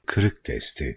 Kırık testi.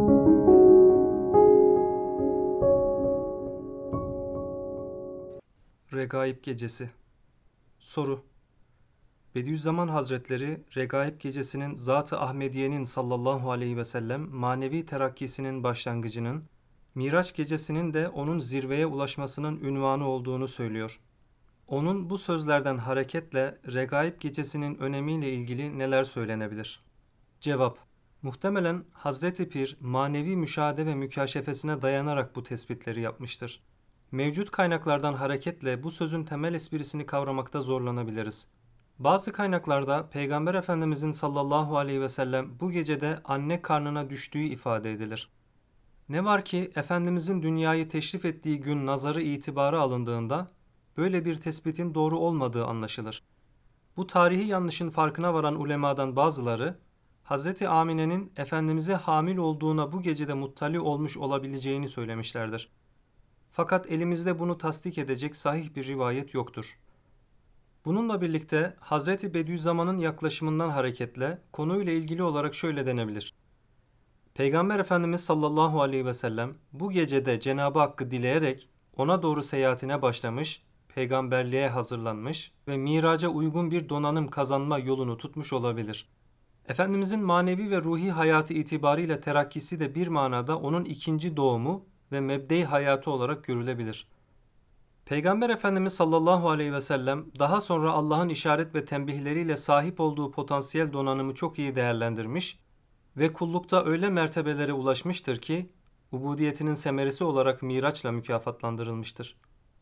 Regaib Gecesi. Soru: Bediüzzaman Hazretleri, Regaib Gecesi'nin Zat-ı Ahmediye'nin sallallahu aleyhi ve sellem manevi terakkisinin başlangıcının, Miraç Gecesi'nin de onun zirveye ulaşmasının ünvanı olduğunu söylüyor. Onun bu sözlerden hareketle Regaib Gecesi'nin önemiyle ilgili neler söylenebilir? Cevap: Muhtemelen Hazreti Pir manevi müşahede ve mükaşefesine dayanarak bu tespitleri yapmıştır. Mevcut kaynaklardan hareketle bu sözün temel esprisini kavramakta zorlanabiliriz. Bazı kaynaklarda Peygamber Efendimizin sallallahu aleyhi ve sellem bu gecede anne karnına düştüğü ifade edilir. Ne var ki Efendimizin dünyayı teşrif ettiği gün nazarı itibara alındığında böyle bir tespitin doğru olmadığı anlaşılır. Bu tarihi yanlışın farkına varan ulemadan bazıları, Hazreti Amine'nin Efendimiz'e hamil olduğuna bu gecede muttali olmuş olabileceğini söylemişlerdir. Fakat elimizde bunu tasdik edecek sahih bir rivayet yoktur. Bununla birlikte Hazreti Bediüzzaman'ın yaklaşımından hareketle konuyla ilgili olarak şöyle denebilir. Peygamber Efendimiz sallallahu aleyhi ve sellem bu gecede Cenab-ı Hakk'ı dileyerek ona doğru seyahatine başlamış, peygamberliğe hazırlanmış ve miraca uygun bir donanım kazanma yolunu tutmuş olabilir. Efendimizin manevi ve ruhi hayatı itibariyle terakkisi de bir manada onun ikinci doğumu ve mebde-i hayatı olarak görülebilir. Peygamber Efendimiz sallallahu aleyhi ve sellem daha sonra Allah'ın işaret ve tembihleriyle sahip olduğu potansiyel donanımı çok iyi değerlendirmiş ve kullukta öyle mertebelere ulaşmıştır ki ubudiyetinin semeresi olarak Miraç'la mükafatlandırılmıştır.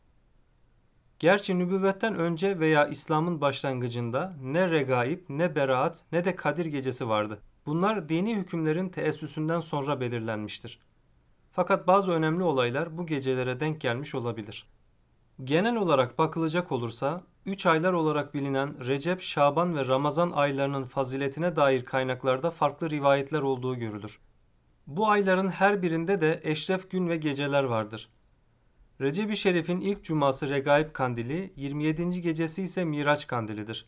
Gerçi nübüvvetten önce veya İslam'ın başlangıcında ne regaib, ne beraat, ne de Kadir Gecesi vardı. Bunlar dini hükümlerin teessüsünden sonra belirlenmiştir. Fakat bazı önemli olaylar bu gecelere denk gelmiş olabilir. Genel olarak bakılacak olursa, 3 aylar olarak bilinen Recep, Şaban ve Ramazan aylarının faziletine dair kaynaklarda farklı rivayetler olduğu görülür. Bu ayların her birinde de eşref gün ve geceler vardır. Recep-i Şerif'in ilk cuması Regaib Kandili, 27. gecesi ise Miraç Kandilidir.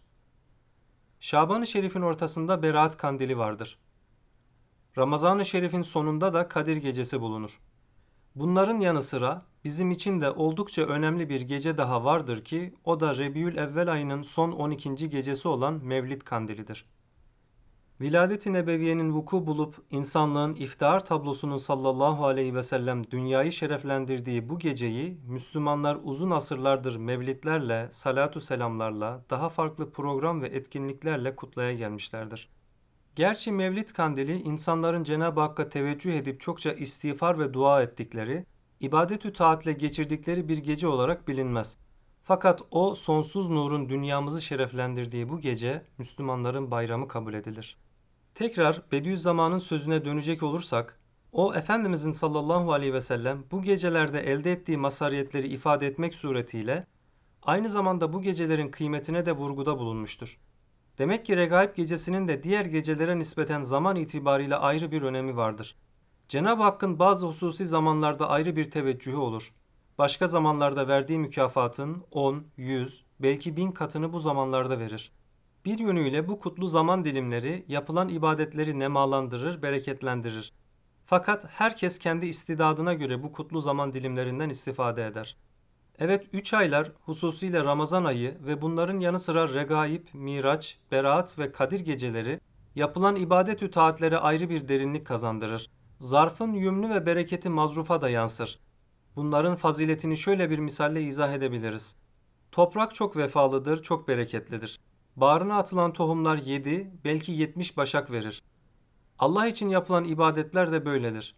Şaban-ı Şerif'in ortasında Berat Kandili vardır. Ramazan-ı Şerif'in sonunda da Kadir Gecesi bulunur. Bunların yanı sıra bizim için de oldukça önemli bir gece daha vardır ki o da Rebiülevvel ayının son 12. gecesi olan Mevlid Kandilidir. Viladet-i Nebeviye'nin vuku bulup insanlığın iftihar tablosunun sallallahu aleyhi ve sellem dünyayı şereflendirdiği bu geceyi Müslümanlar uzun asırlardır mevlidlerle, salatu selamlarla, daha farklı program ve etkinliklerle kutlaya gelmişlerdir. Gerçi Mevlid Kandili insanların Cenab-ı Hakk'a teveccüh edip çokça istiğfar ve dua ettikleri, ibadet-ü taatle geçirdikleri bir gece olarak bilinmez. Fakat o sonsuz nurun dünyamızı şereflendirdiği bu gece Müslümanların bayramı kabul edilir. Tekrar Bediüzzaman'ın sözüne dönecek olursak, o Efendimizin sallallahu aleyhi ve sellem bu gecelerde elde ettiği mazhariyetleri ifade etmek suretiyle aynı zamanda bu gecelerin kıymetine de vurguda bulunmuştur. Demek ki Regaib gecesinin de diğer gecelere nispeten zaman itibariyle ayrı bir önemi vardır. Cenab-ı Hakk'ın bazı hususi zamanlarda ayrı bir teveccühü olur. Başka zamanlarda verdiği mükafatın 10, 100, belki 1000 katını bu zamanlarda verir. Bir yönüyle bu kutlu zaman dilimleri yapılan ibadetleri nemalandırır, bereketlendirir. Fakat herkes kendi istidadına göre bu kutlu zaman dilimlerinden istifade eder. Evet, 3 aylar hususiyle Ramazan ayı ve bunların yanı sıra Regaib, Miraç, Beraat ve Kadir geceleri yapılan ibadet-ü taatlere ayrı bir derinlik kazandırır. Zarfın yümnü ve bereketi mazrufa da yansır. Bunların faziletini şöyle bir misalle izah edebiliriz. Toprak çok vefalıdır, çok bereketlidir. Bağrına atılan tohumlar 7, belki 70 başak verir. Allah için yapılan ibadetler de böyledir.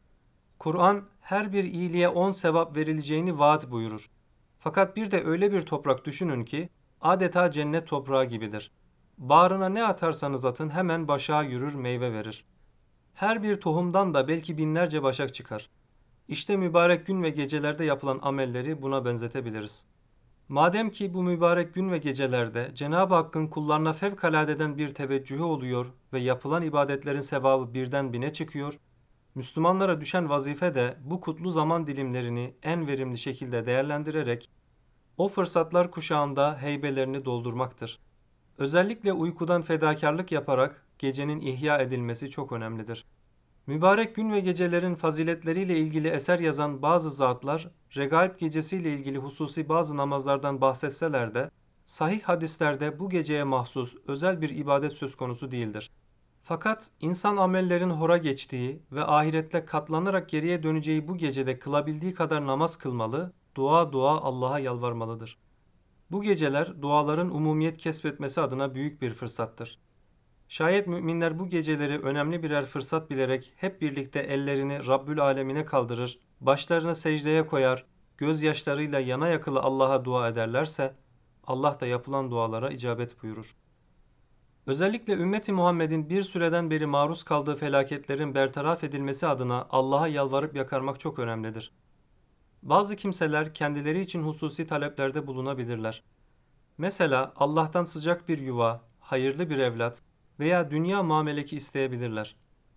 Kur'an her bir iyiliğe 10 sevap verileceğini vaat buyurur. Fakat bir de öyle bir toprak düşünün ki adeta cennet toprağı gibidir. Bağrına ne atarsanız atın hemen başağa yürür, meyve verir. Her bir tohumdan da belki binlerce başak çıkar. İşte mübarek gün ve gecelerde yapılan amelleri buna benzetebiliriz. Madem ki bu mübarek gün ve gecelerde Cenab-ı Hakk'ın kullarına fevkaladeden bir teveccühü oluyor ve yapılan ibadetlerin sevabı birden bine çıkıyor, Müslümanlara düşen vazife de bu kutlu zaman dilimlerini en verimli şekilde değerlendirerek o fırsatlar kuşağında heybelerini doldurmaktır. Özellikle uykudan fedakarlık yaparak gecenin ihya edilmesi çok önemlidir. Mübarek gün ve gecelerin faziletleriyle ilgili eser yazan bazı zatlar, Regaib gecesiyle ilgili hususi bazı namazlardan bahsetseler de, sahih hadislerde bu geceye mahsus özel bir ibadet söz konusu değildir. Fakat insan amellerin hora geçtiği ve ahirette katlanarak geriye döneceği bu gecede kılabildiği kadar namaz kılmalı, dua Allah'a yalvarmalıdır. Bu geceler duaların umumiyet kesbetmesi adına büyük bir fırsattır. Şayet müminler bu geceleri önemli birer fırsat bilerek hep birlikte ellerini Rabbül Alemine kaldırır, başlarını secdeye koyar, gözyaşlarıyla yana yakıla Allah'a dua ederlerse, Allah da yapılan dualara icabet buyurur. Özellikle ümmeti Muhammed'in bir süreden beri maruz kaldığı felaketlerin bertaraf edilmesi adına Allah'a yalvarıp yakarmak çok önemlidir. Bazı kimseler kendileri için hususi taleplerde bulunabilirler. Mesela Allah'tan sıcak bir yuva, hayırlı bir evlat veya dünya muameleki isteyebilirler.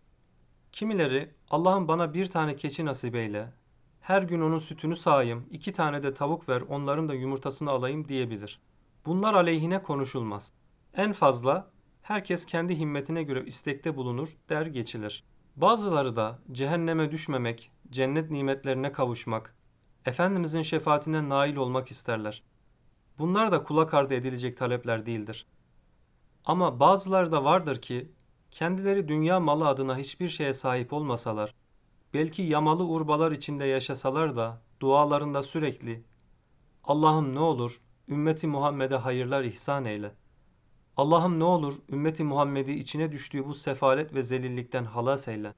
Kimileri Allah'ım bana bir tane keçi nasip eyle, her gün onun sütünü sağayım, 2 tane de tavuk ver onların da yumurtasını alayım diyebilir. Bunlar aleyhine konuşulmaz. En fazla herkes kendi himmetine göre istekte bulunur der geçilir. Bazıları da cehenneme düşmemek, cennet nimetlerine kavuşmak, Efendimizin şefaatine nail olmak isterler. Bunlar da kulak ardı edilecek talepler değildir. Ama bazıları da vardır ki, kendileri dünya malı adına hiçbir şeye sahip olmasalar, belki yamalı urbalar içinde yaşasalar da dualarında sürekli Allah'ım ne olur ümmeti Muhammed'e hayırlar ihsan eyle. Allah'ım ne olur ümmeti Muhammed'i içine düştüğü bu sefalet ve zelillikten halas eyle.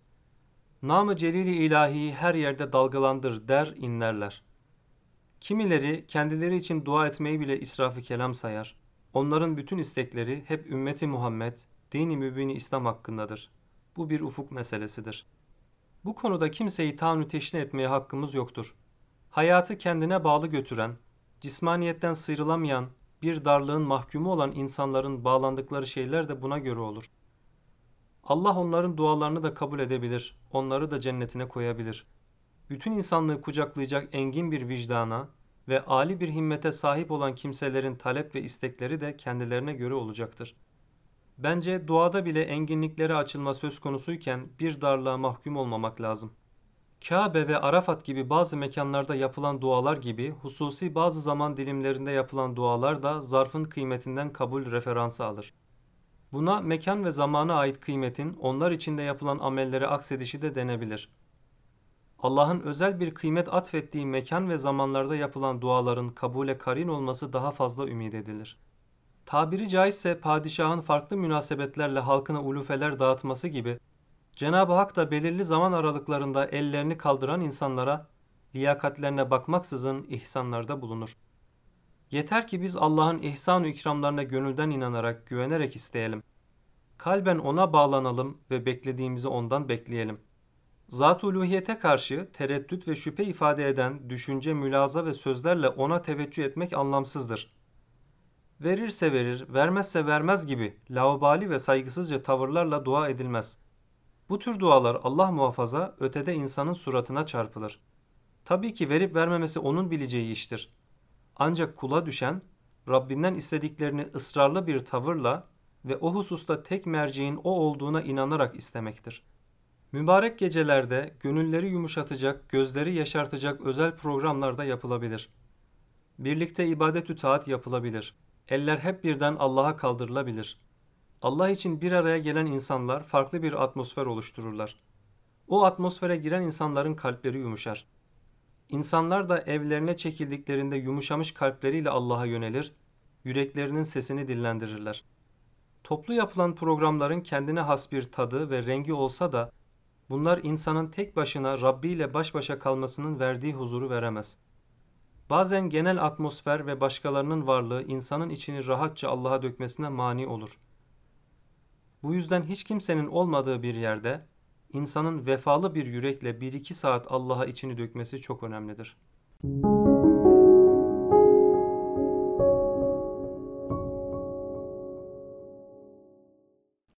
Nam-ı celil-i ilahiyi her yerde dalgalandır der inlerler. Kimileri kendileri için dua etmeyi bile israf-ı kelam sayar. Onların bütün istekleri hep ümmeti Muhammed, dini mübini İslam hakkındadır. Bu bir ufuk meselesidir. Bu konuda kimseyi ta'n-ü teşni etmeye hakkımız yoktur. Hayatı kendine bağlı götüren, cismaniyetten sıyrılamayan, bir darlığın mahkumu olan insanların bağlandıkları şeyler de buna göre olur. Allah onların dualarını da kabul edebilir, onları da cennetine koyabilir. Bütün insanlığı kucaklayacak engin bir vicdana ve âli bir himmete sahip olan kimselerin talep ve istekleri de kendilerine göre olacaktır. Bence duada bile enginliklere açılma söz konusuyken bir darlığa mahkum olmamak lazım. Kabe ve Arafat gibi bazı mekanlarda yapılan dualar gibi hususi bazı zaman dilimlerinde yapılan dualar da zarfın kıymetinden kabul referansı alır. Buna mekan ve zamana ait kıymetin onlar içinde yapılan amellere aksedişi de denebilir. Allah'ın özel bir kıymet atfettiği mekan ve zamanlarda yapılan duaların kabule karin olması daha fazla ümit edilir. Tabiri caizse padişahın farklı münasebetlerle halkına ulufeler dağıtması gibi Cenab-ı Hak da belirli zaman aralıklarında ellerini kaldıran insanlara liyakatlerine bakmaksızın ihsanlarda bulunur. Yeter ki biz Allah'ın ihsan-ı ikramlarına gönülden inanarak, güvenerek isteyelim. Kalben ona bağlanalım ve beklediğimizi ondan bekleyelim. Zat-ı uluhiyete karşı tereddüt ve şüphe ifade eden düşünce, mülaza ve sözlerle ona teveccüh etmek anlamsızdır. Verirse verir, vermezse vermez gibi laubali ve saygısızca tavırlarla dua edilmez. Bu tür dualar Allah muhafaza ötede insanın suratına çarpılır. Tabii ki verip vermemesi onun bileceği iştir. Ancak kula düşen Rabbinden istediklerini ısrarlı bir tavırla ve o hususta tek merceğin o olduğuna inanarak istemektir. Mübarek gecelerde gönülleri yumuşatacak, gözleri yaşartacak özel programlar da yapılabilir. Birlikte ibadet-ü taat yapılabilir. Eller hep birden Allah'a kaldırılabilir. Allah için bir araya gelen insanlar farklı bir atmosfer oluştururlar. O atmosfere giren insanların kalpleri yumuşar. İnsanlar da evlerine çekildiklerinde yumuşamış kalpleriyle Allah'a yönelir, yüreklerinin sesini dillendirirler. Toplu yapılan programların kendine has bir tadı ve rengi olsa da bunlar insanın tek başına Rabbi ile baş başa kalmasının verdiği huzuru veremez. Bazen genel atmosfer ve başkalarının varlığı insanın içini rahatça Allah'a dökmesine mani olur. Bu yüzden hiç kimsenin olmadığı bir yerde insanın vefalı bir yürekle 1-2 saat Allah'a içini dökmesi çok önemlidir.